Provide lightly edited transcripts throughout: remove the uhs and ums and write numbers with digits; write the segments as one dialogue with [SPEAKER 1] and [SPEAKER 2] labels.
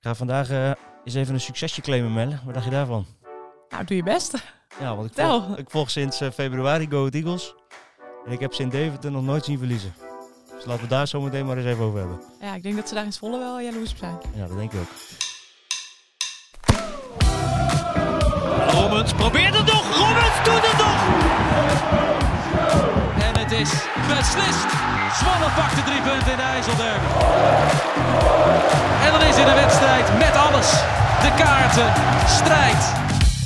[SPEAKER 1] Ik ga vandaag eens even een succesje claimen, Melle. Wat dacht je daarvan?
[SPEAKER 2] Nou, doe je best.
[SPEAKER 1] Ja, want ik
[SPEAKER 2] Vertel.
[SPEAKER 1] volg sinds februari Go Ahead Eagles. En ik heb ze in Deventer nog nooit zien verliezen. Dus laten we daar zo meteen maar eens even over hebben.
[SPEAKER 2] Ja, ik denk dat ze daar in Zwolle wel jaloers op zijn.
[SPEAKER 1] Ja, dat denk ik ook.
[SPEAKER 3] Rommens probeert het nog. Rommens doet het nog. En het is beslist. Zwolle pakt de 3 punten in de IJsselderby. En dan is in de wedstrijd met alles. De kaarten, strijd.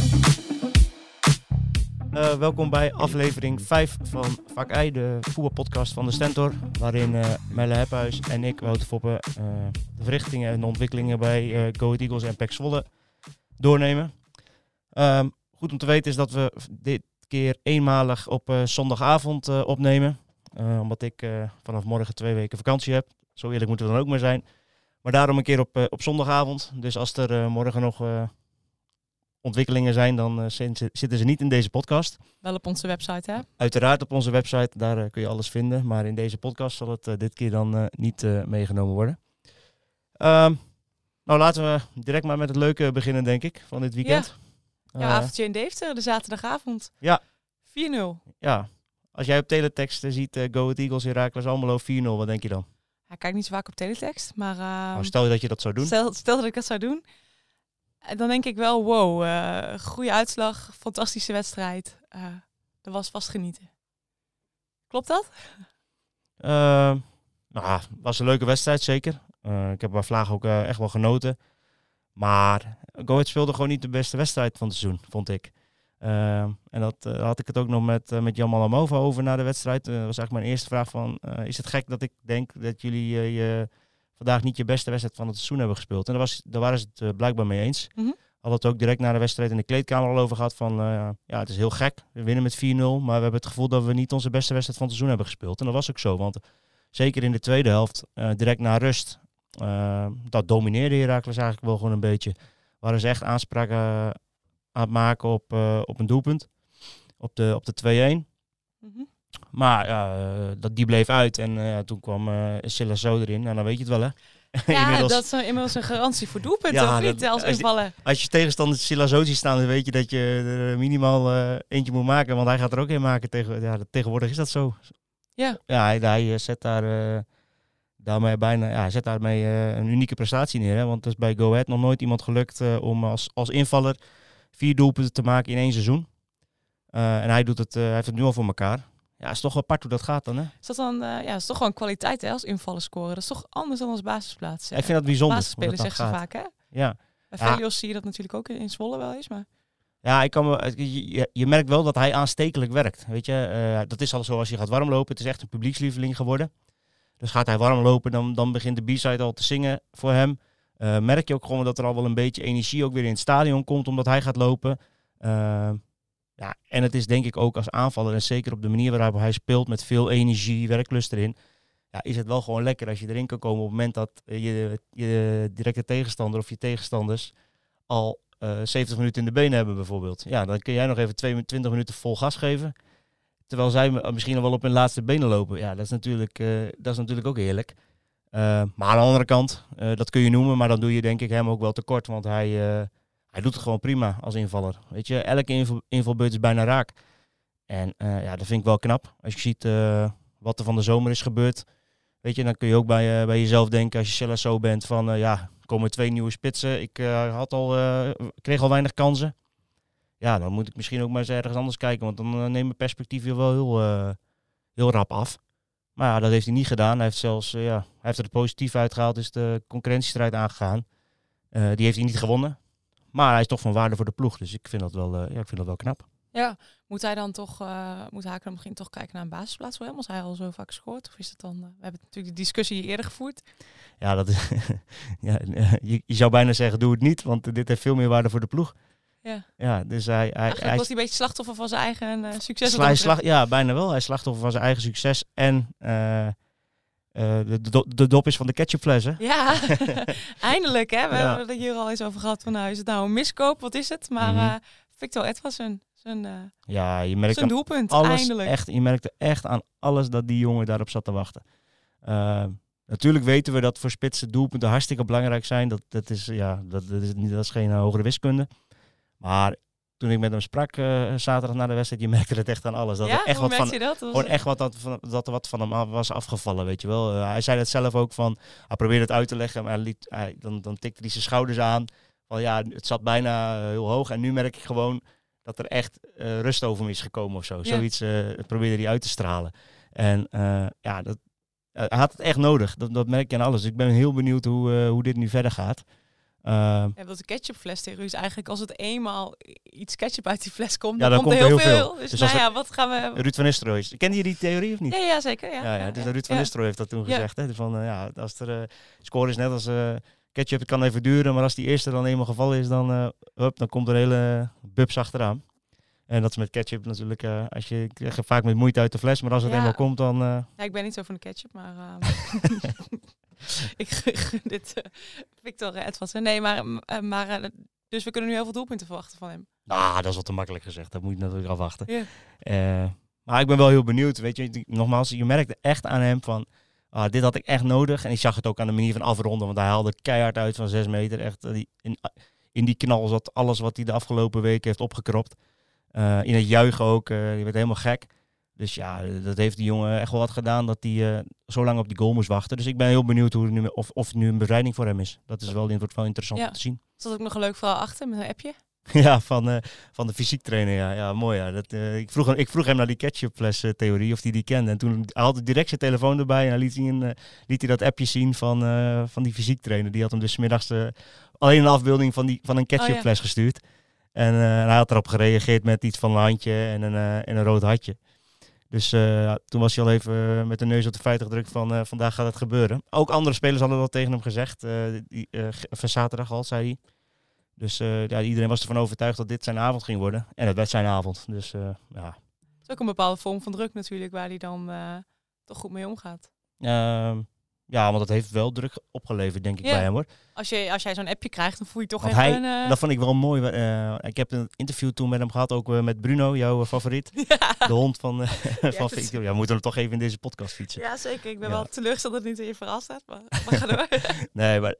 [SPEAKER 1] Welkom bij aflevering 5 van Vak I, de voetbalpodcast van de Stentor. Waarin Melle Hephuis en ik, Wouter Foppe, de verrichtingen en de ontwikkelingen bij Go Ahead Eagles en PEC Zwolle doornemen. Goed om te weten is dat we dit keer eenmalig op zondagavond opnemen. Omdat ik vanaf morgen 2 weken vakantie heb. Zo eerlijk moeten we dan ook maar zijn. Maar daarom een keer op zondagavond. Dus als er morgen nog ontwikkelingen zijn, dan zitten ze niet in deze podcast.
[SPEAKER 2] Wel op onze website, hè?
[SPEAKER 1] Uiteraard op onze website, daar kun je alles vinden. Maar in deze podcast zal het dit keer dan niet meegenomen worden. Nou, laten we direct maar met het leuke beginnen, denk ik, van dit weekend.
[SPEAKER 2] Ja, avondje in Deventer, de zaterdagavond.
[SPEAKER 1] Ja.
[SPEAKER 2] 4-0.
[SPEAKER 1] Ja, als jij op teletext ziet Go Ahead Eagles Heracles Almelo 4-0, wat denk je dan?
[SPEAKER 2] Ja, ik kijk niet zo vaak op teletext, maar
[SPEAKER 1] Nou, stel je dat je dat zou doen.
[SPEAKER 2] stel dat ik dat zou doen, dan denk ik wel, wow, goede uitslag, fantastische wedstrijd. Dat was vast genieten. Klopt dat?
[SPEAKER 1] Nou, het was een leuke wedstrijd, zeker. Ik heb bij Vlaag ook echt wel genoten. Maar Go Ahead speelde gewoon niet de beste wedstrijd van het seizoen, vond ik. En dat had ik het ook nog met Jan Malamova over na de wedstrijd. Dat was eigenlijk mijn eerste vraag van, is het gek dat ik denk dat jullie vandaag niet je beste wedstrijd van het seizoen hebben gespeeld? En daar waren ze het blijkbaar mee eens.
[SPEAKER 2] Mhm.
[SPEAKER 1] Hadden het ook direct na de wedstrijd in de kleedkamer al over gehad van, ja, het is heel gek. We winnen met 4-0, maar we hebben het gevoel dat we niet onze beste wedstrijd van het seizoen hebben gespeeld. En dat was ook zo, want zeker in de tweede helft, direct na rust, dat domineerde Heracles eigenlijk wel gewoon een beetje. Waren ze echt aanspraak aan het maken op een doelpunt. Op de 2-1.
[SPEAKER 2] Mhm.
[SPEAKER 1] Maar die bleef uit en toen kwam Silasso erin. Nou, dan weet je het wel, hè?
[SPEAKER 2] Ja, dat is inmiddels een garantie voor doelpunten,
[SPEAKER 1] Ja,
[SPEAKER 2] of niet?
[SPEAKER 1] dat-
[SPEAKER 2] Als
[SPEAKER 1] als je-
[SPEAKER 2] invallen.
[SPEAKER 1] Als je tegenstander Silasso ziet staan, dan weet je dat je er minimaal eentje moet maken. Want hij gaat er ook een maken. Tegenwoordig is dat zo.
[SPEAKER 2] Ja.
[SPEAKER 1] Ja, hij zet hij zet daarmee een unieke prestatie neer. Hè? Want het is bij Go Ahead nog nooit iemand gelukt om als invaller 4 doelpunten te maken in 1 seizoen. En hij heeft het nu al voor elkaar. Ja, het is toch wel apart hoe dat gaat dan, hè?
[SPEAKER 2] Is dat dan, is toch gewoon kwaliteit, hè, als invallen scoren. Dat is toch anders dan als basisplaats.
[SPEAKER 1] Ik vind dat bijzonder. hoe
[SPEAKER 2] Basisspelers
[SPEAKER 1] dat dan
[SPEAKER 2] zeggen ze
[SPEAKER 1] gaat.
[SPEAKER 2] vaak, hè?
[SPEAKER 1] Ja.
[SPEAKER 2] Bij
[SPEAKER 1] Ja.
[SPEAKER 2] Velios zie je dat natuurlijk ook in Zwolle wel eens, maar...
[SPEAKER 1] Ja, je merkt wel dat hij aanstekelijk werkt. Weet je, dat is al zo als je gaat warmlopen. Het is echt een publiekslieveling geworden. Dus gaat hij warmlopen, dan begint de B-side al te zingen voor hem. Merk je ook gewoon dat er al wel een beetje energie ook weer in het stadion komt, omdat hij gaat lopen. Ja, en het is denk ik ook als aanvaller, en zeker op de manier waarop hij speelt, met veel energie, werklust erin. Ja, is het wel gewoon lekker als je erin kan komen op het moment dat je directe tegenstander of je tegenstanders al 70 minuten in de benen hebben bijvoorbeeld. Ja, dan kun jij nog even 20 minuten vol gas geven. Terwijl zij misschien nog wel op hun laatste benen lopen. Ja, dat is natuurlijk ook heerlijk. Maar aan de andere kant, dat kun je noemen, maar dan doe je denk ik hem ook wel tekort. Want hij doet het gewoon prima als invaller. Weet je, elke invalbeurt is bijna raak. En dat vind ik wel knap. Als je ziet wat er van de zomer is gebeurd. Weet je, dan kun je ook bij jezelf denken als je zelf zo bent van er komen 2 nieuwe spitsen. Ik kreeg al weinig kansen. Ja, dan moet ik misschien ook maar eens ergens anders kijken. Want dan neemt mijn perspectief weer wel heel rap af. Maar ja, dat heeft hij niet gedaan. Hij heeft zelfs hij heeft er het positief uitgehaald. Is de concurrentiestrijd aangegaan. Die heeft hij niet gewonnen. Maar hij is toch van waarde voor de ploeg. Dus ik vind dat wel knap.
[SPEAKER 2] Ja, moet hij dan toch, moet Haken misschien toch kijken naar een basisplaats voor hem, als hij al zo vaak scoort? Of is het dan, we hebben natuurlijk de discussie hier eerder gevoerd.
[SPEAKER 1] Ja, dat is, je zou bijna zeggen, doe het niet. Want dit heeft veel meer waarde voor de ploeg.
[SPEAKER 2] Ja.
[SPEAKER 1] Ja, dus
[SPEAKER 2] Eigenlijk was hij een beetje slachtoffer van zijn eigen succes. wat dat betreft.
[SPEAKER 1] ja, bijna wel. Hij is slachtoffer van zijn eigen succes. En de dop is van de ketchupfles, hè?
[SPEAKER 2] Ja, eindelijk hè. We
[SPEAKER 1] Ja.
[SPEAKER 2] hebben het hier al eens over gehad. Van, nou, is het nou een miskoop? Wat is het? Maar Victor Edwardsen,
[SPEAKER 1] Ja, je merkt
[SPEAKER 2] zijn
[SPEAKER 1] aan
[SPEAKER 2] doelpunt,
[SPEAKER 1] alles
[SPEAKER 2] eindelijk.
[SPEAKER 1] echt. Je merkte echt aan alles dat die jongen daarop zat te wachten. Natuurlijk weten we dat voor spitsen doelpunten hartstikke belangrijk zijn. Dat is geen hogere wiskunde. Maar toen ik met hem sprak zaterdag na de wedstrijd, je merkte het echt aan alles. Dat er echt
[SPEAKER 2] hoe
[SPEAKER 1] wat van,
[SPEAKER 2] merkte je dat?
[SPEAKER 1] gewoon echt dat er wat van hem was afgevallen, weet je wel. Hij zei het zelf ook van, hij probeerde het uit te leggen, maar dan tikte hij zijn schouders aan. Van ja, het zat bijna heel hoog en nu merk ik gewoon dat er echt rust over me is gekomen of zo.
[SPEAKER 2] Ja.
[SPEAKER 1] Zoiets probeerde hij uit te stralen. En hij had het echt nodig. Dat merk je aan alles. Dus ik ben heel benieuwd hoe dit nu verder gaat.
[SPEAKER 2] Dat de ketchupfles tegen u is eigenlijk als het eenmaal iets ketchup uit die fles komt,
[SPEAKER 1] Ja,
[SPEAKER 2] dan komt er heel veel.
[SPEAKER 1] Dus
[SPEAKER 2] Dus wat gaan we...
[SPEAKER 1] Ruud van Nistelrooy. Kende je die theorie of niet?
[SPEAKER 2] Ja, zeker.
[SPEAKER 1] Dus Ruud van Nistelrooy heeft dat toen gezegd. Hè? Dus van, als er score is net als ketchup, het kan even duren. Maar als die eerste dan eenmaal gevallen is, dan komt er een hele bubs achteraan. En dat is met ketchup natuurlijk, je krijgt vaak met moeite uit de fles. Maar als het eenmaal komt, dan...
[SPEAKER 2] Ja, ik ben niet zo van de ketchup, maar... ik gun dit Victor Edwardsen. Nee, maar dus we kunnen nu heel veel doelpunten verwachten van hem.
[SPEAKER 1] Dat is wat te makkelijk gezegd. Dat moet je natuurlijk afwachten.
[SPEAKER 2] Yeah.
[SPEAKER 1] Maar ik ben wel heel benieuwd. Weet je, nogmaals, je merkte echt aan hem van... dit had ik echt nodig. En ik zag het ook aan de manier van afronden. Want hij haalde keihard uit van 6 meter. Echt, in die knal zat alles wat hij de afgelopen weken heeft opgekropt. In het juichen ook. Die werd helemaal gek. Dus ja, dat heeft die jongen echt wel wat gedaan dat hij zo lang op die goal moest wachten. Dus ik ben heel benieuwd of het nu een bevrijding voor hem is. Dat is wel interessant om te zien.
[SPEAKER 2] Er zat ook nog een leuk verhaal achter met een appje.
[SPEAKER 1] Ja, van de fysiek trainer. Ja, mooi. Ja. Ik vroeg hem naar die ketchupfles theorie of hij die kende. En toen had hij direct zijn telefoon erbij en hij liet hij dat appje zien van die fysiek trainer. Die had hem dus 's middags alleen een afbeelding van een ketchupfles gestuurd. En hij had erop gereageerd met iets van een handje en een rood hartje. Dus toen was hij al even met de neus op de feiten gedrukt van vandaag gaat het gebeuren. Ook andere spelers hadden dat tegen hem gezegd. Van zaterdag al, zei hij. Dus iedereen was ervan overtuigd dat dit zijn avond ging worden. En het werd zijn avond. Dus
[SPEAKER 2] Het is ook een bepaalde vorm van druk natuurlijk, waar hij dan toch goed mee omgaat.
[SPEAKER 1] Want dat heeft wel druk opgeleverd, denk ik, bij hem, hoor.
[SPEAKER 2] Als jij zo'n appje krijgt, dan voel je toch
[SPEAKER 1] Want
[SPEAKER 2] even...
[SPEAKER 1] dat vond ik wel mooi. Ik heb een interview toen met hem gehad, ook met Bruno, jouw favoriet. De hond van Victor. Ja, we moeten hem toch even in deze podcast fietsen.
[SPEAKER 2] Ja, zeker. Ik ben wel teleurgesteld dat het niet in je verhaal staat, maar ga door.
[SPEAKER 1] Nee, maar...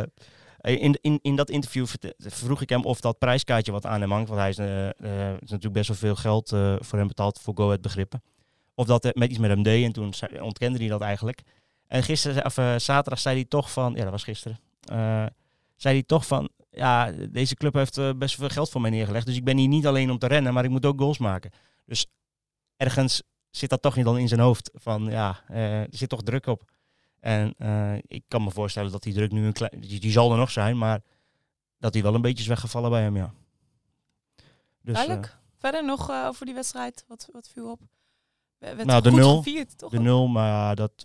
[SPEAKER 1] In dat interview vroeg ik hem of dat prijskaartje wat aan hem hangt, want hij is natuurlijk best wel veel geld voor hem betaald voor Go Ahead begrippen. Of dat met iets met hem deed en toen ontkende hij dat eigenlijk. En zaterdag zei hij toch van, ja dat was gisteren, zei hij toch van, ja deze club heeft best veel geld voor mij neergelegd, dus ik ben hier niet alleen om te rennen, maar ik moet ook goals maken. Dus ergens zit dat toch niet dan in zijn hoofd van, er zit toch druk op. En ik kan me voorstellen dat die druk nu die zal er nog zijn, maar dat die wel een beetje is weggevallen bij hem, ja. Dus,
[SPEAKER 2] duidelijk. Verder nog over die wedstrijd, wat viel op?
[SPEAKER 1] De 0,
[SPEAKER 2] gevierd, toch?
[SPEAKER 1] De 0, maar dat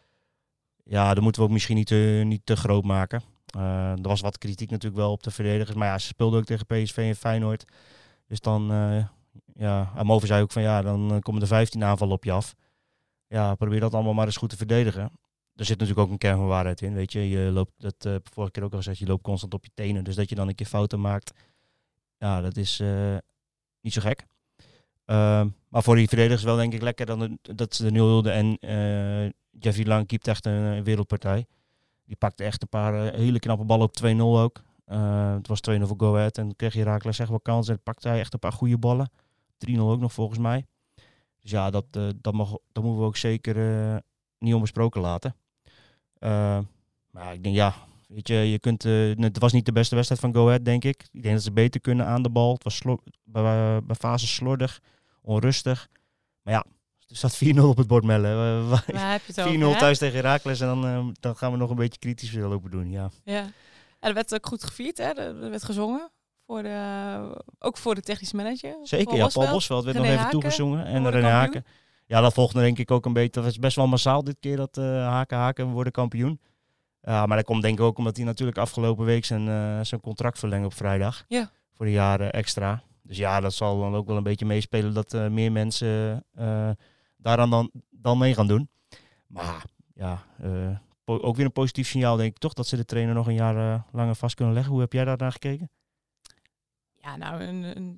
[SPEAKER 1] moeten we ook misschien niet te groot maken. Er was wat kritiek natuurlijk wel op de verdedigers, maar ja, ze speelden ook tegen PSV en Feyenoord. Dus dan, Amover zei ook van dan komen de 15 aanvallen op je af. Ja, probeer dat allemaal maar eens goed te verdedigen. Er zit natuurlijk ook een kern van waarheid in, weet je. Je loopt, dat vorige keer ook al gezegd, je loopt constant op je tenen. Dus dat je dan een keer fouten maakt, ja, dat is niet zo gek. Maar voor die verdedigers wel denk ik lekker dat ze de 0 hielden. En Jeffrey Lang keept echt een wereldpartij. Die pakte echt een paar hele knappe ballen op 2-0 ook. Het was 2-0 voor Go Ahead en dan kreeg Heracles echt wel kans. En pakte hij echt een paar goede ballen. 3-0 ook nog volgens mij. Dus ja, dat moeten we ook zeker niet onbesproken laten. Maar ik denk, weet je kunt... het was niet de beste wedstrijd van Go Ahead, denk ik. Ik denk dat ze beter kunnen aan de bal. Het was bij fases slordig, onrustig. Maar ja, er staat 4-0 op het bord, Melle. 4-0 thuis tegen Heracles en dan gaan we nog een beetje kritisch weer lopen doen, ja.
[SPEAKER 2] Ja, er werd ook goed gevierd, hè? Er werd gezongen. Ook voor de technische manager.
[SPEAKER 1] Zeker, ja. Paul Bosveld werd nog even toegezongen. En René Haken. Ja, dat volgde denk ik ook een beetje. Dat is best wel massaal dit keer dat Haken worden kampioen. Maar dat komt denk ik ook omdat hij natuurlijk afgelopen week zijn contract verlengde op vrijdag.
[SPEAKER 2] Ja.
[SPEAKER 1] Voor een jaar extra. Dus ja, dat zal dan ook wel een beetje meespelen dat meer mensen daaraan dan mee gaan doen. Maar ja, ook weer een positief signaal denk ik toch dat ze de trainer nog een jaar langer vast kunnen leggen. Hoe heb jij daar naar gekeken?
[SPEAKER 2] Ja, nou een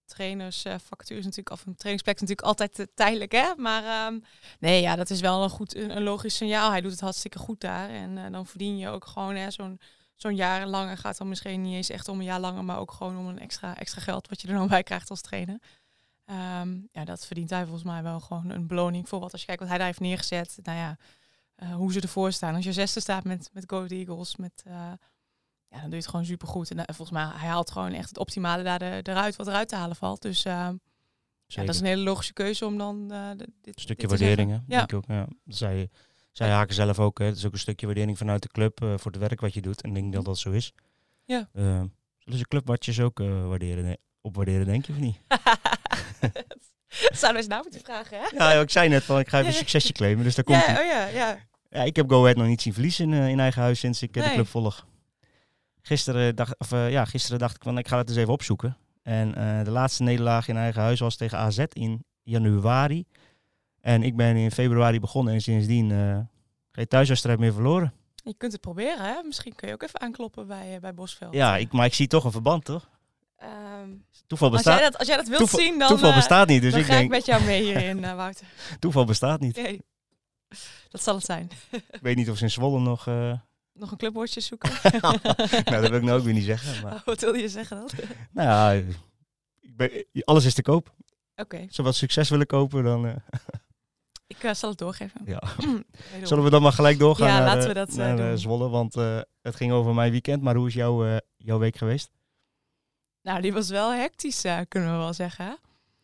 [SPEAKER 2] trainersvacature is natuurlijk, of een trainingsplek is natuurlijk altijd tijdelijk, hè? Maar nee, ja, dat is wel een logisch signaal. Hij doet het hartstikke goed daar. En dan verdien je ook gewoon zo'n jaar langer. Gaat dan misschien niet eens echt om een jaar langer, maar ook gewoon om een extra geld wat je er dan bij krijgt als trainer. Ja, dat verdient hij volgens mij wel gewoon een beloning voor wat. Als je kijkt wat hij daar heeft neergezet, nou ja, hoe ze ervoor staan. Als je 6e staat met Go Ahead Eagles, ja, dan doe je het gewoon supergoed. En volgens mij, hij haalt gewoon echt het optimale daar eruit wat eruit te halen valt. Dus ja, dat is een hele logische keuze om dan dit
[SPEAKER 1] stukje
[SPEAKER 2] dit
[SPEAKER 1] waardering, hè?
[SPEAKER 2] ja.
[SPEAKER 1] Denk ik ook, ja. Zij haken zelf ook, hè. Het is ook een stukje waardering vanuit de club voor het werk wat je doet. En ik denk dat dat zo is.
[SPEAKER 2] Ja.
[SPEAKER 1] Zullen ze clubwatches ook opwaarderen, denk je, of niet?
[SPEAKER 2] Zouden we eens nou moeten vragen, hè?
[SPEAKER 1] Ja, ik zei net van, ik ga even een succesje claimen, dus daar komt ie.
[SPEAKER 2] Ja.
[SPEAKER 1] Ja, ik heb Go Ahead nog niet zien verliezen in eigen huis sinds ik de club volg. Gisteren dacht ik van, ik ga het eens even opzoeken. En de laatste nederlaag in eigen huis was tegen AZ in januari. En ik ben in februari begonnen en sindsdien geen thuiswedstrijd meer verloren.
[SPEAKER 2] Je kunt het proberen, hè? Misschien kun je ook even aankloppen bij Bosveld.
[SPEAKER 1] Ja, maar ik zie toch een verband, toch? Toeval
[SPEAKER 2] als
[SPEAKER 1] bestaat.
[SPEAKER 2] jij dat wilt zien, dan
[SPEAKER 1] toeval bestaat niet, dus
[SPEAKER 2] dan
[SPEAKER 1] ik
[SPEAKER 2] ga
[SPEAKER 1] denk.
[SPEAKER 2] Ik met jou mee hierin, Wouter.
[SPEAKER 1] Toeval bestaat niet.
[SPEAKER 2] Nee, dat zal het zijn.
[SPEAKER 1] Ik weet niet of ze in Zwolle nog.
[SPEAKER 2] Nog een clubwoordje zoeken?
[SPEAKER 1] Nou, dat wil ik nou ook weer niet zeggen. Maar...
[SPEAKER 2] Wat wil je zeggen dan?
[SPEAKER 1] Nou ja, alles is te koop.
[SPEAKER 2] Oké.
[SPEAKER 1] Als we wat succes willen kopen, dan...
[SPEAKER 2] Ik zal het doorgeven.
[SPEAKER 1] Ja. Zullen we dan maar gelijk doorgaan
[SPEAKER 2] ja,
[SPEAKER 1] naar,
[SPEAKER 2] laten we dat doen.
[SPEAKER 1] Zwolle? Want het ging over mijn weekend. Maar hoe is jouw week geweest?
[SPEAKER 2] Nou, die was wel hectisch, kunnen we wel zeggen.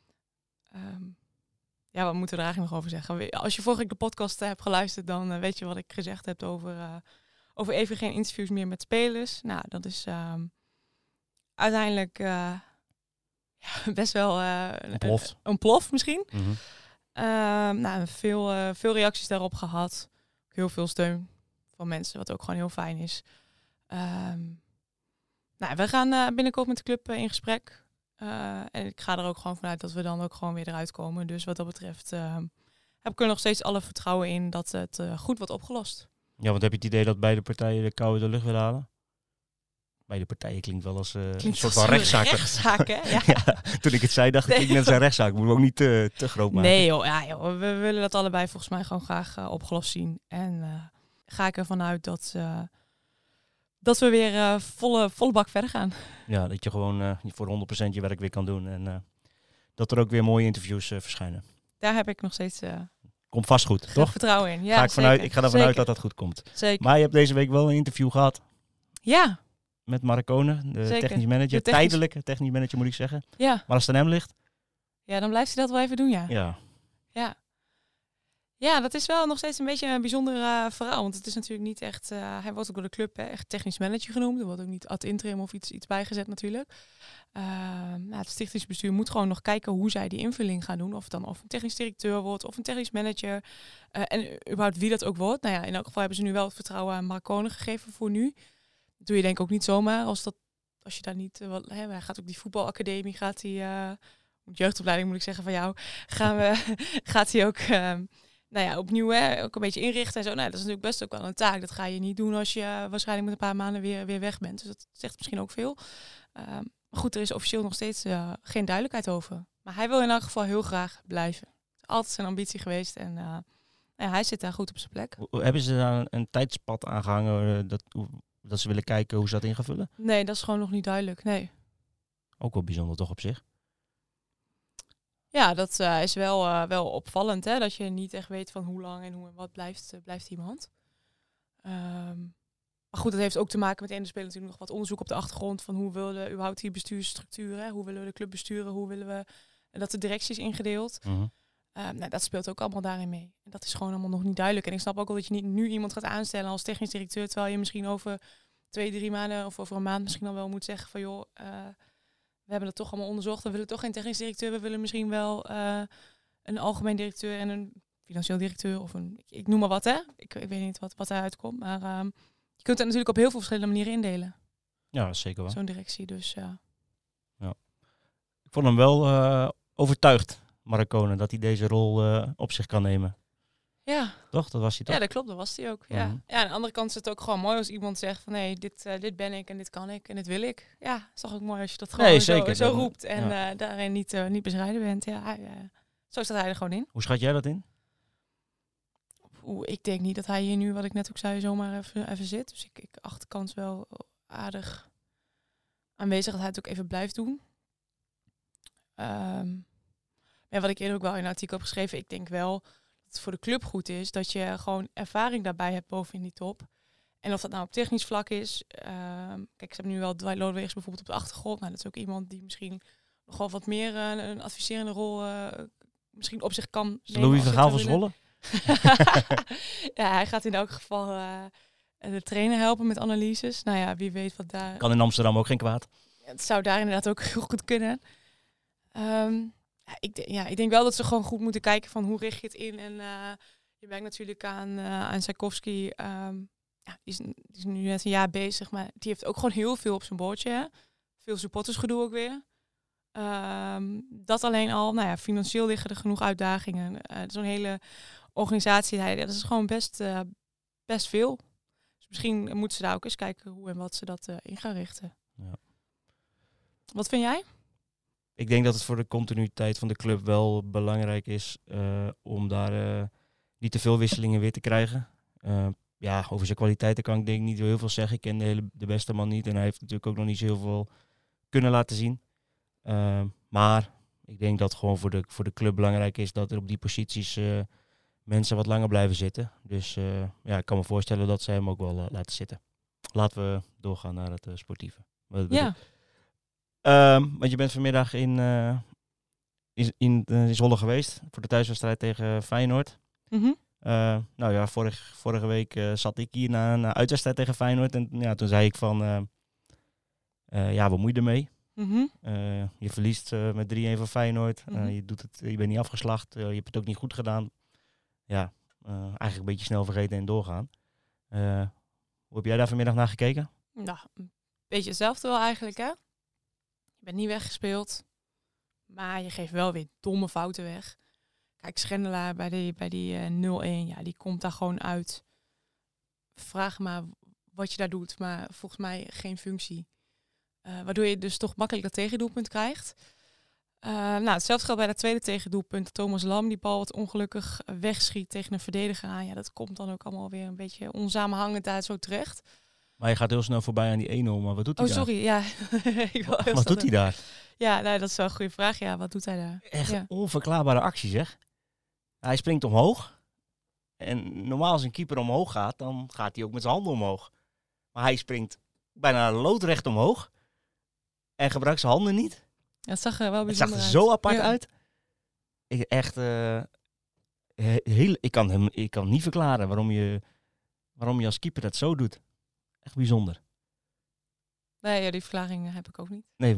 [SPEAKER 2] Ja, wat moeten we er eigenlijk nog over zeggen? Als je vorige week de podcast hebt geluisterd, dan weet je wat ik gezegd heb over even geen interviews meer met spelers. Nou, dat is uiteindelijk best wel een plof misschien.
[SPEAKER 1] Mm-hmm.
[SPEAKER 2] Nou, veel reacties daarop gehad. Heel veel steun van mensen, wat ook gewoon heel fijn is. Nou, we gaan binnenkort met de club in gesprek. En ik ga er ook gewoon vanuit dat we dan ook gewoon weer eruit komen. Dus wat dat betreft heb ik er nog steeds alle vertrouwen in dat het goed wordt opgelost.
[SPEAKER 1] Ja, want heb je het idee dat beide partijen de kou uit de lucht willen halen? Beide partijen klinkt wel als een soort van rechtszaak.
[SPEAKER 2] Rechtszaak, hè? Ja.
[SPEAKER 1] Ja, toen ik het zei, dacht ik net zijn rechtszaak. Moeten we ook niet te groot maken.
[SPEAKER 2] Nee joh, ja, joh, we willen dat allebei volgens mij gewoon graag opgelost zien. En ga ik ervan uit dat we weer volle bak verder gaan.
[SPEAKER 1] Ja, dat je gewoon voor 100% je werk weer kan doen. En dat er ook weer mooie interviews verschijnen.
[SPEAKER 2] Daar heb ik nog steeds
[SPEAKER 1] Komt vast goed, toch?
[SPEAKER 2] vertrouwen in. Ja,
[SPEAKER 1] Ik ga ervan uit dat dat goed komt.
[SPEAKER 2] Zeker.
[SPEAKER 1] Maar je hebt deze week wel een interview gehad.
[SPEAKER 2] Ja.
[SPEAKER 1] Met Marcone, de
[SPEAKER 2] Zeker.
[SPEAKER 1] technisch manager. Tijdelijke technisch manager moet ik zeggen.
[SPEAKER 2] Ja.
[SPEAKER 1] Maar als het aan hem ligt.
[SPEAKER 2] Ja, dan blijft hij dat wel even doen, ja.
[SPEAKER 1] Ja.
[SPEAKER 2] Ja, dat is wel nog steeds een beetje een bijzonder verhaal. Want het is natuurlijk niet echt... hij wordt ook door de club echt technisch manager genoemd. Er wordt ook niet ad interim of iets bijgezet natuurlijk. Het stichtingsbestuur moet gewoon nog kijken hoe zij die invulling gaan doen. Of het dan of een technisch directeur wordt of een technisch manager. En überhaupt wie dat ook wordt. Nou ja, in elk geval hebben ze nu wel het vertrouwen aan Marcone gegeven voor nu. Dat doe je denk ik ook niet zomaar als je daar niet... hij gaat ook die voetbalacademie, jeugdopleiding moet ik zeggen van jou. Gaat hij ook... opnieuw ook een beetje inrichten en zo. Nou, dat is natuurlijk best ook wel een taak. Dat ga je niet doen als je waarschijnlijk met een paar maanden weer weg bent. Dus dat zegt misschien ook veel. Maar goed, er is officieel nog steeds geen duidelijkheid over. Maar hij wil in elk geval heel graag blijven. Het is altijd zijn ambitie geweest en hij zit daar goed op zijn plek.
[SPEAKER 1] Hebben ze daar een tijdspad aangehangen dat ze willen kijken hoe ze dat in gaan vullen?
[SPEAKER 2] Nee, dat is gewoon nog niet duidelijk, nee.
[SPEAKER 1] Ook wel bijzonder toch op zich?
[SPEAKER 2] Ja, dat is wel opvallend, hè? Dat je niet echt weet van hoe lang en hoe en wat blijft iemand. Maar goed, dat heeft ook te maken met de ene speler natuurlijk nog wat onderzoek op de achtergrond van hoe willen we überhaupt die bestuursstructuur, hè? Hoe willen we de club besturen, hoe willen we dat de directie is ingedeeld.
[SPEAKER 1] Mm-hmm.
[SPEAKER 2] Dat speelt ook allemaal daarin mee. En dat is gewoon allemaal nog niet duidelijk. En ik snap ook wel dat je niet nu iemand gaat aanstellen als technisch directeur, terwijl je misschien over 2-3 maanden of over een maand misschien dan wel moet zeggen van joh, we hebben dat toch allemaal onderzocht. We willen toch geen technisch directeur. We willen misschien wel een algemeen directeur en een financieel directeur. Of ik noem maar wat, hè. Ik weet niet wat eruit komt. Maar je kunt het natuurlijk op heel veel verschillende manieren indelen.
[SPEAKER 1] Ja, zeker wel.
[SPEAKER 2] Zo'n directie, dus ja.
[SPEAKER 1] Ik vond hem wel overtuigd, Marcone, dat hij deze rol op zich kan nemen.
[SPEAKER 2] Ja.
[SPEAKER 1] Toch? Dat was hij toch?
[SPEAKER 2] Ja, dat klopt. Dat was hij ook. Ja.
[SPEAKER 1] Mhm.
[SPEAKER 2] Ja, aan de andere kant is het ook gewoon mooi als iemand zegt van nee, dit ben ik en dit kan ik en dit wil ik. Ja, het is toch ook mooi als je dat gewoon
[SPEAKER 1] Nee, zeker.
[SPEAKER 2] zo roept en daarin niet bescheiden bent. Ja, zo staat hij er gewoon in.
[SPEAKER 1] Hoe schat jij dat in?
[SPEAKER 2] Ik denk niet dat hij hier nu, wat ik net ook zei, zomaar even zit. Dus ik acht de kans wel aardig aanwezig dat hij het ook even blijft doen. Ja, wat ik eerder ook wel in een artikel heb geschreven, ik denk wel dat het voor de club goed is dat je gewoon ervaring daarbij hebt bovenin die top. En of dat nou op technisch vlak is. Kijk, ze hebben nu wel Dwight Lodewegens bijvoorbeeld op de achtergrond. Nou, dat is ook iemand die misschien nog wel wat meer een adviserende rol misschien op zich kan nemen.
[SPEAKER 1] Louis van Gaal van Zwolle?
[SPEAKER 2] Ja, hij gaat in elk geval de trainer helpen met analyses. Nou ja, wie weet wat daar...
[SPEAKER 1] Kan in Amsterdam ook geen kwaad.
[SPEAKER 2] Het zou daar inderdaad ook heel goed kunnen. Ik denk wel dat ze gewoon goed moeten kijken van hoe richt je het in. En je merkt natuurlijk aan Sajkowski, die is nu net een jaar bezig, maar die heeft ook gewoon heel veel op zijn bordje. Hè? Veel supportersgedoe ook weer. Dat alleen al, nou ja, financieel liggen er genoeg uitdagingen. Zo'n hele organisatie, dat is gewoon best veel. Dus misschien moeten ze daar ook eens kijken hoe en wat ze dat in gaan richten.
[SPEAKER 1] Ja.
[SPEAKER 2] Wat vind jij?
[SPEAKER 1] Ik denk dat het voor de continuïteit van de club wel belangrijk is om daar niet te veel wisselingen weer te krijgen. Over zijn kwaliteiten kan ik denk ik niet heel veel zeggen. Ik ken de beste man niet en hij heeft natuurlijk ook nog niet zo heel veel kunnen laten zien. Maar ik denk dat het gewoon voor de club belangrijk is dat er op die posities mensen wat langer blijven zitten. Dus ik kan me voorstellen dat ze hem ook wel laten zitten. Laten we doorgaan naar het sportieve.
[SPEAKER 2] Ja.
[SPEAKER 1] Want je bent vanmiddag in Zwolle geweest voor de thuiswedstrijd tegen Feyenoord.
[SPEAKER 2] Mm-hmm.
[SPEAKER 1] Vorige week zat ik hier na een uitwedstrijd tegen Feyenoord. En toen zei ik van, wat moet je ermee?
[SPEAKER 2] Mm-hmm.
[SPEAKER 1] Je verliest met 3-1 van Feyenoord.
[SPEAKER 2] Mm-hmm.
[SPEAKER 1] Je bent niet afgeslacht. Je hebt het ook niet goed gedaan. Ja, eigenlijk een beetje snel vergeten en doorgaan. Hoe heb jij daar vanmiddag naar gekeken?
[SPEAKER 2] Nou, een beetje hetzelfde wel eigenlijk, hè? Je bent niet weggespeeld, maar je geeft wel weer domme fouten weg. Kijk, Schendelaar bij die 0-1, ja, die komt daar gewoon uit. Vraag maar wat je daar doet, maar volgens mij geen functie. Waardoor je dus toch makkelijk dat tegendoelpunt krijgt. Hetzelfde geldt bij dat tweede tegendoelpunt. Thomas Lam, die bal wat ongelukkig wegschiet tegen een verdediger aan. Ja, dat komt dan ook allemaal weer een beetje onsamenhangend daar zo terecht.
[SPEAKER 1] Maar je gaat heel snel voorbij aan die 1-0, maar wat doet hij daar?
[SPEAKER 2] Oh, sorry, ja.
[SPEAKER 1] Wat doet hij daar?
[SPEAKER 2] Ja, dat is wel een goede vraag. Ja, wat doet hij daar?
[SPEAKER 1] Echt onverklaarbare actie, zeg. Hij springt omhoog. En normaal als een keeper omhoog gaat, dan gaat hij ook met zijn handen omhoog. Maar hij springt bijna loodrecht omhoog. En gebruikt zijn handen niet.
[SPEAKER 2] Ja, het zag er wel
[SPEAKER 1] Het
[SPEAKER 2] bijzonder
[SPEAKER 1] zag er
[SPEAKER 2] uit.
[SPEAKER 1] zo apart uit. Ik kan niet verklaren waarom je als keeper dat zo doet. Echt bijzonder.
[SPEAKER 2] Nee, ja, die verklaring heb ik ook niet.
[SPEAKER 1] Nee,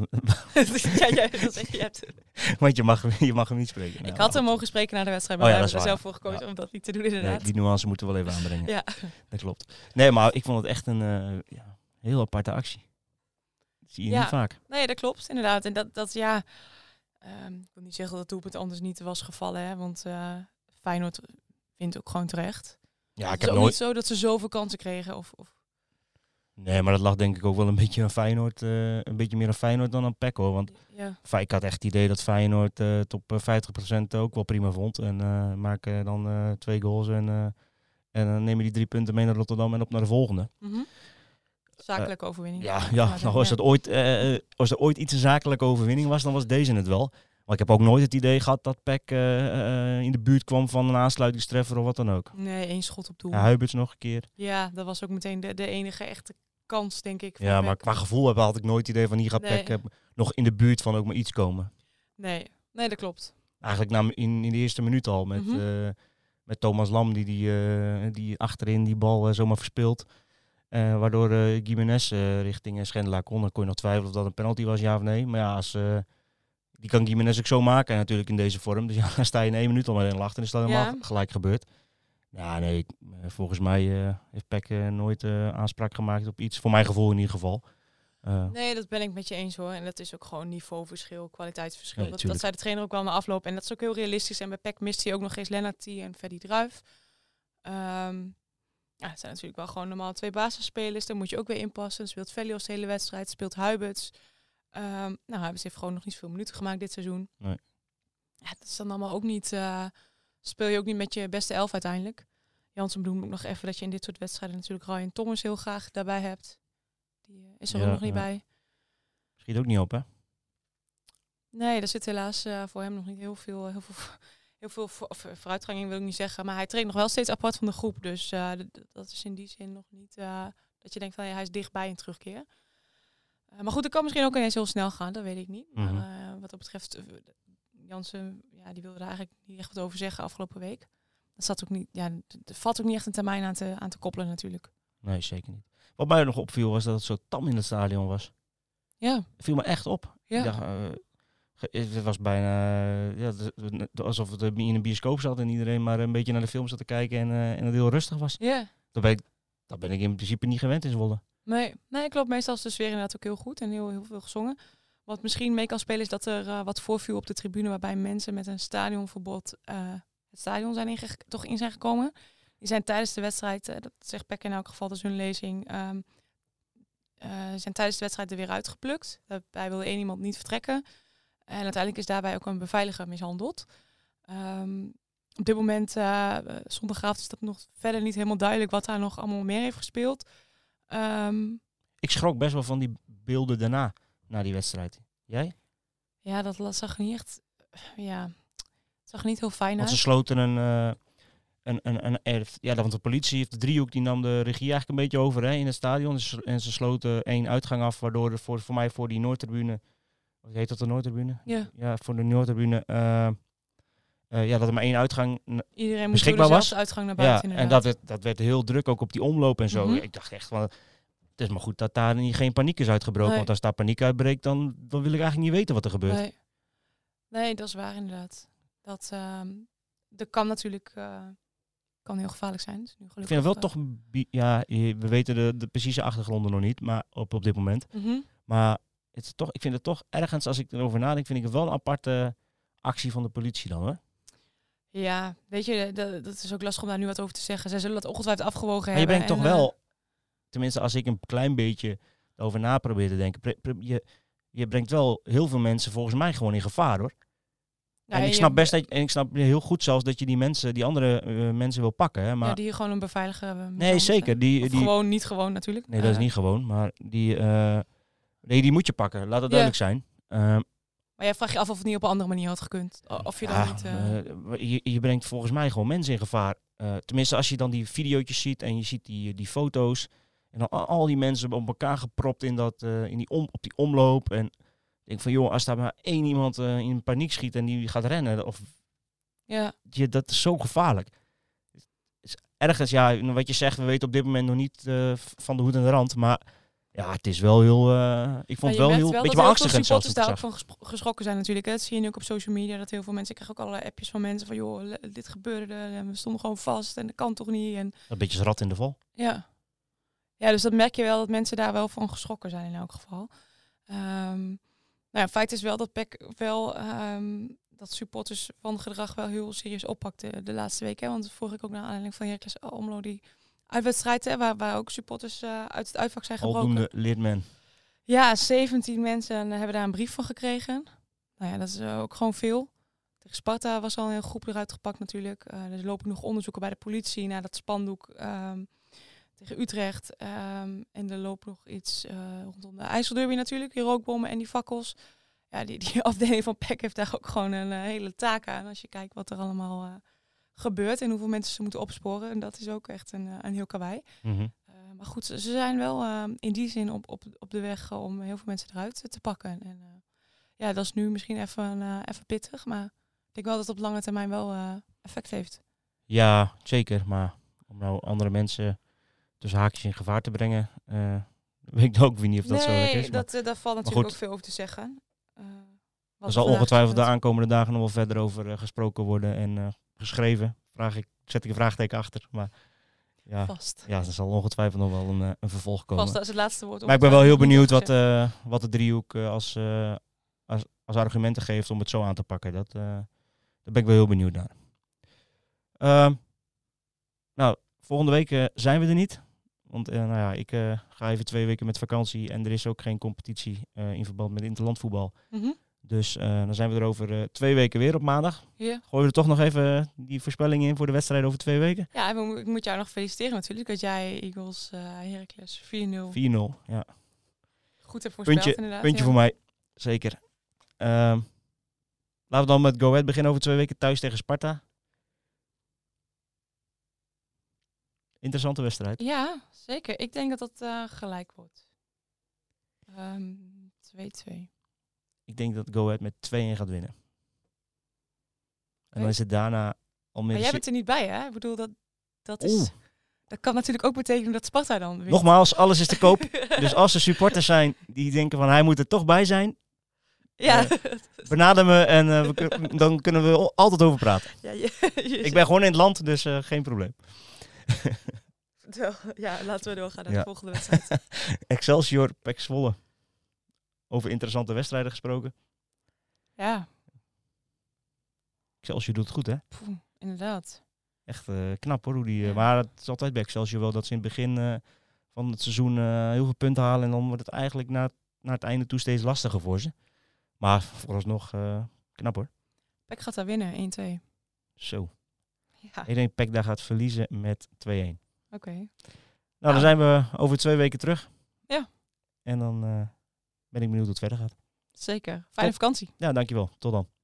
[SPEAKER 1] want je mag hem niet spreken.
[SPEAKER 2] Ik had hem mogen spreken na de wedstrijd, maar we hebben er zelf voor gekozen om dat niet te doen inderdaad.
[SPEAKER 1] Nee, die nuance moeten we wel even aanbrengen.
[SPEAKER 2] Ja.
[SPEAKER 1] Dat klopt. Nee, maar ik vond het echt een heel aparte actie. Dat zie je niet vaak.
[SPEAKER 2] Nee, dat klopt inderdaad. En ik wil niet zeggen dat het doelpunt anders niet was gevallen, hè, want Feyenoord wint ook gewoon terecht.
[SPEAKER 1] Ja,
[SPEAKER 2] het is ook niet zo dat ze zoveel kansen kregen. Of...
[SPEAKER 1] Nee, maar dat lag denk ik ook wel een beetje aan Feyenoord. Een beetje meer aan Feyenoord dan aan PEC, hoor. Want ik had echt het idee dat Feyenoord het op 50% ook wel prima vond. En maken dan 2 goals en dan nemen die 3 punten mee naar Rotterdam en op naar de volgende.
[SPEAKER 2] Mm-hmm. Zakelijke overwinning.
[SPEAKER 1] Als er ooit iets een zakelijke overwinning was, dan was deze het wel. Maar ik heb ook nooit het idee gehad dat PEC in de buurt kwam van een aansluitingstreffer of wat dan ook.
[SPEAKER 2] Nee, 1 schot op doel.
[SPEAKER 1] Ja, Huiberts nog een keer.
[SPEAKER 2] Ja, dat was ook meteen de enige echte kans, denk ik.
[SPEAKER 1] Ja,
[SPEAKER 2] PEC.
[SPEAKER 1] maar qua gevoel had ik nooit het idee van hier gaat PEC nog in de buurt van ook maar iets komen.
[SPEAKER 2] Nee, dat klopt.
[SPEAKER 1] Eigenlijk in de eerste minuut al met Thomas Lam die achterin die bal zomaar verspeelt. Waardoor Gimenez richting Schendelaar kon. Dan kon je nog twijfelen of dat een penalty was, ja of nee. Maar ja, die kan Gimenez ook zo maken natuurlijk in deze vorm. Dus dan sta je in 1 minuut al met 1-8 en is dat helemaal gelijk gebeurd. Ja, nee, volgens mij heeft PEC nooit aanspraak gemaakt op iets. Voor mijn gevoel in ieder geval.
[SPEAKER 2] Nee, dat ben ik met je eens hoor. En dat is ook gewoon niveauverschil, kwaliteitsverschil.
[SPEAKER 1] Nee,
[SPEAKER 2] dat zei de trainer ook wel na afloop. En dat is ook heel realistisch. En bij PEC mist hij ook nog eens Lennartie en Freddy Druijf. Het zijn natuurlijk wel gewoon normaal 2 basisspelers. Daar moet je ook weer inpassen. Dan speelt Velios de hele wedstrijd. Speelt Huiberts. Huiberts heeft gewoon nog niet zoveel minuten gemaakt dit seizoen.
[SPEAKER 1] Nee.
[SPEAKER 2] Ja, dat is dan allemaal ook niet... speel je ook niet met je beste 11 uiteindelijk. Jansen bedoelt ook nog even dat je in dit soort wedstrijden natuurlijk Ryan Thomas heel graag daarbij hebt. Die is er ook nog niet bij.
[SPEAKER 1] Schiet ook niet op, hè?
[SPEAKER 2] Nee, daar zit helaas voor hem nog niet heel veel vooruitgang in, wil ik niet zeggen. Maar hij traint nog wel steeds apart van de groep. Dus dat is in die zin nog niet dat je denkt van hij is dichtbij een terugkeer. Maar goed, het kan misschien ook ineens heel snel gaan, dat weet ik niet.
[SPEAKER 1] Mm-hmm.
[SPEAKER 2] Maar wat dat betreft, Jansen, die wilde daar eigenlijk niet echt wat over zeggen afgelopen week. Dat zat ook niet, er valt ook niet echt een termijn aan te koppelen natuurlijk.
[SPEAKER 1] Nee, zeker niet. Wat mij nog opviel was dat het zo tam in het stadion was.
[SPEAKER 2] Ja.
[SPEAKER 1] Het viel me echt op.
[SPEAKER 2] Ja.
[SPEAKER 1] Ik dacht, het was bijna alsof het in een bioscoop zat en iedereen maar een beetje naar de film zat te kijken en het heel rustig was.
[SPEAKER 2] Ja.
[SPEAKER 1] Dat ben ik in principe niet gewend in Zwolle.
[SPEAKER 2] Nee, klopt. Meestal is de sfeer inderdaad ook heel goed en heel veel gezongen. Wat misschien mee kan spelen is dat er wat voorviel op de tribune waarbij mensen met een stadionverbod het stadion toch in zijn gekomen. Die zijn tijdens de wedstrijd, dat zegt Peck in elk geval, dat is hun lezing, zijn tijdens de wedstrijd er weer uitgeplukt. Daarbij wilde 1 iemand niet vertrekken. En uiteindelijk is daarbij ook een beveiliger mishandeld. Op dit moment, zondagavond, is dat nog verder niet helemaal duidelijk wat daar nog allemaal meer heeft gespeeld.
[SPEAKER 1] Ik schrok best wel van die beelden daarna, na die wedstrijd. Jij?
[SPEAKER 2] Ja, dat zag niet echt... Ja, het zag er niet heel fijn uit.
[SPEAKER 1] Want ze sloten want de politie heeft de driehoek, die nam de regie eigenlijk een beetje over in het stadion. En ze sloten 1 uitgang af, waardoor voor mij voor die Noordtribune... Wat heet dat, de Noordtribune?
[SPEAKER 2] Ja.
[SPEAKER 1] Ja, voor de Noordtribune... dat er maar 1 uitgang
[SPEAKER 2] Iedereen
[SPEAKER 1] beschikbaar
[SPEAKER 2] moet
[SPEAKER 1] was.
[SPEAKER 2] Uitgang naar buiten,
[SPEAKER 1] ja, en dat werd heel druk ook op die omloop en zo.
[SPEAKER 2] Mm-hmm.
[SPEAKER 1] Ik dacht echt van, het is maar goed dat daar geen paniek is uitgebroken.
[SPEAKER 2] Nee.
[SPEAKER 1] Want als daar paniek uitbreekt, dan wil ik eigenlijk niet weten wat er gebeurt.
[SPEAKER 2] Nee, dat is waar inderdaad. Dat kan natuurlijk kan heel gevaarlijk zijn. Dus nu
[SPEAKER 1] ik vind het wel toch... we weten de precieze achtergronden nog niet, maar op dit moment.
[SPEAKER 2] Mm-hmm.
[SPEAKER 1] Maar het is toch, ik vind het toch ergens, als ik erover nadenk, vind ik het wel een aparte actie van de politie dan, hoor.
[SPEAKER 2] Ja, weet je, dat is ook lastig om daar nu wat over te zeggen. Zij zullen dat ongetwijfeld afgewogen
[SPEAKER 1] Maar je
[SPEAKER 2] hebben.
[SPEAKER 1] brengt toch wel, tenminste als ik een klein beetje over na probeer te denken, je brengt wel heel veel mensen volgens mij gewoon in gevaar, hoor. Ja, en ik snap heel goed zelfs dat je die andere mensen wil pakken, hè, maar...
[SPEAKER 2] Ja, die gewoon een beveiliger hebben.
[SPEAKER 1] Nee, zeker. Die
[SPEAKER 2] gewoon niet gewoon natuurlijk.
[SPEAKER 1] Nee, dat is niet gewoon, maar die moet je pakken, laat het duidelijk zijn.
[SPEAKER 2] Maar jij vraagt je af of het niet op een andere manier had gekund. Of je dan niet...
[SPEAKER 1] Je brengt volgens mij gewoon mensen in gevaar. Tenminste, als je dan die video's ziet en je ziet die foto's. En dan al die mensen op elkaar gepropt op die omloop. En ik denk van, joh, als daar maar 1 iemand in paniek schiet en die gaat rennen. Dat is zo gevaarlijk. Is ergens, wat je zegt, we weten op dit moment nog niet van de hoed en de rand. Maar... Ja, het is wel heel... ik vond het wel heel... Beetje wel angstig en zelfs.
[SPEAKER 2] Daar ook van geschrokken zijn natuurlijk. Hè. Dat zie je nu ook op social media. Dat heel veel mensen... Ik krijg ook allerlei appjes van mensen van... joh, dit gebeurde en we stonden gewoon vast en dat kan toch niet. En...
[SPEAKER 1] Een beetje als rat in de val.
[SPEAKER 2] Ja. Ja, dus dat merk je wel dat mensen daar wel van geschrokken zijn in elk geval. Feit is wel dat PEC wel... dat supporters van gedrag wel heel serieus oppakte de laatste week. Hè. Want vorige week ook naar aanleiding van Heracles Almelo... die uitwedstrijd, hè, waar ook supporters uit het uitvak zijn gebroken.
[SPEAKER 1] Aldoende leert men.
[SPEAKER 2] Ja, 17 mensen hebben daar een brief van gekregen. Nou ja, dat is ook gewoon veel. Tegen Sparta was al een groep eruit gepakt natuurlijk. Er lopen nog onderzoeken bij de politie naar dat spandoek tegen Utrecht. En er loopt nog iets rondom de IJsselderby natuurlijk. Die rookbommen en die fakkels. Ja, die afdeling van PEC heeft daar ook gewoon een hele taak aan. Als je kijkt wat er allemaal... gebeurt en hoeveel mensen ze moeten opsporen. En dat is ook echt een heel kawaii.
[SPEAKER 1] Mm-hmm.
[SPEAKER 2] Maar goed, ze zijn wel in die zin op de weg om heel veel mensen eruit te pakken. En dat is nu misschien even pittig, maar ik denk wel dat het op lange termijn wel effect heeft.
[SPEAKER 1] Ja, zeker. Maar om nou andere mensen tussen haakjes in gevaar te brengen, weet ik ook weer niet of dat zo is.
[SPEAKER 2] Nee, daar valt natuurlijk ook veel over te zeggen.
[SPEAKER 1] Er zal ongetwijfeld de aankomende dagen nog wel verder over gesproken worden en geschreven. Zet ik een vraagteken achter. Maar ja,
[SPEAKER 2] vast.
[SPEAKER 1] Ja, er zal ongetwijfeld nog wel een vervolg komen.
[SPEAKER 2] Vast, dat is het laatste woord.
[SPEAKER 1] Maar ik ben wel heel benieuwd wat de driehoek als argumenten geeft om het zo aan te pakken. Daar ben ik wel heel benieuwd naar. Volgende week zijn we er niet. Want ik ga even 2 weken met vakantie. En er is ook geen competitie in verband met interlandvoetbal.
[SPEAKER 2] Mhm.
[SPEAKER 1] Dus dan zijn we er over 2 weken weer op maandag.
[SPEAKER 2] Ja.
[SPEAKER 1] Gooien we er toch nog even die voorspellingen in voor de wedstrijd over 2 weken?
[SPEAKER 2] Ja, ik moet jou nog feliciteren natuurlijk. Dat jij Eagles Heracles 4-0
[SPEAKER 1] 4-0, ja.
[SPEAKER 2] goed hebt voorspeld inderdaad.
[SPEAKER 1] Puntje voor mij, zeker. Laten we dan met Go Ahead beginnen over 2 weken thuis tegen Sparta. Interessante wedstrijd.
[SPEAKER 2] Ja, zeker. Ik denk dat dat gelijk wordt. 2-2.
[SPEAKER 1] Ik denk dat Go Ahead met 2-1 gaat winnen. En dan
[SPEAKER 2] Oké.
[SPEAKER 1] is het daarna
[SPEAKER 2] Maar jij bent er niet bij, hè? Ik bedoel, dat is... Dat kan natuurlijk ook betekenen dat Sparta dan wint.
[SPEAKER 1] Nogmaals, alles is te koop. Dus als er supporters zijn die denken van hij moet er toch bij zijn,
[SPEAKER 2] Ja.
[SPEAKER 1] benader me en dan kunnen we altijd over praten.
[SPEAKER 2] Ja,
[SPEAKER 1] Ik ben gewoon in het land, dus geen probleem.
[SPEAKER 2] Ja, laten we doorgaan naar
[SPEAKER 1] Ja.
[SPEAKER 2] de volgende wedstrijd.
[SPEAKER 1] Excelsior, PEC Zwolle. Over interessante wedstrijden gesproken.
[SPEAKER 2] Ja,
[SPEAKER 1] Excelsior doet het goed, hè?
[SPEAKER 2] inderdaad.
[SPEAKER 1] Echt knap hoor. Hoe die,
[SPEAKER 2] Ja.
[SPEAKER 1] maar het is altijd bij Excelsior wel dat ze in het begin van het seizoen heel veel punten halen. En dan wordt het eigenlijk naar het einde toe steeds lastiger voor ze. Maar vooralsnog knap hoor.
[SPEAKER 2] PEC gaat daar winnen, 1-2.
[SPEAKER 1] Zo.
[SPEAKER 2] Ja,
[SPEAKER 1] Ik denk PEC daar gaat verliezen met 2-1.
[SPEAKER 2] oké.
[SPEAKER 1] Nou, dan zijn we over 2 weken terug.
[SPEAKER 2] Ja.
[SPEAKER 1] En dan ben ik benieuwd hoe het verder gaat.
[SPEAKER 2] Zeker. Fijne
[SPEAKER 1] Top.
[SPEAKER 2] vakantie.
[SPEAKER 1] Ja, dankjewel. Tot dan.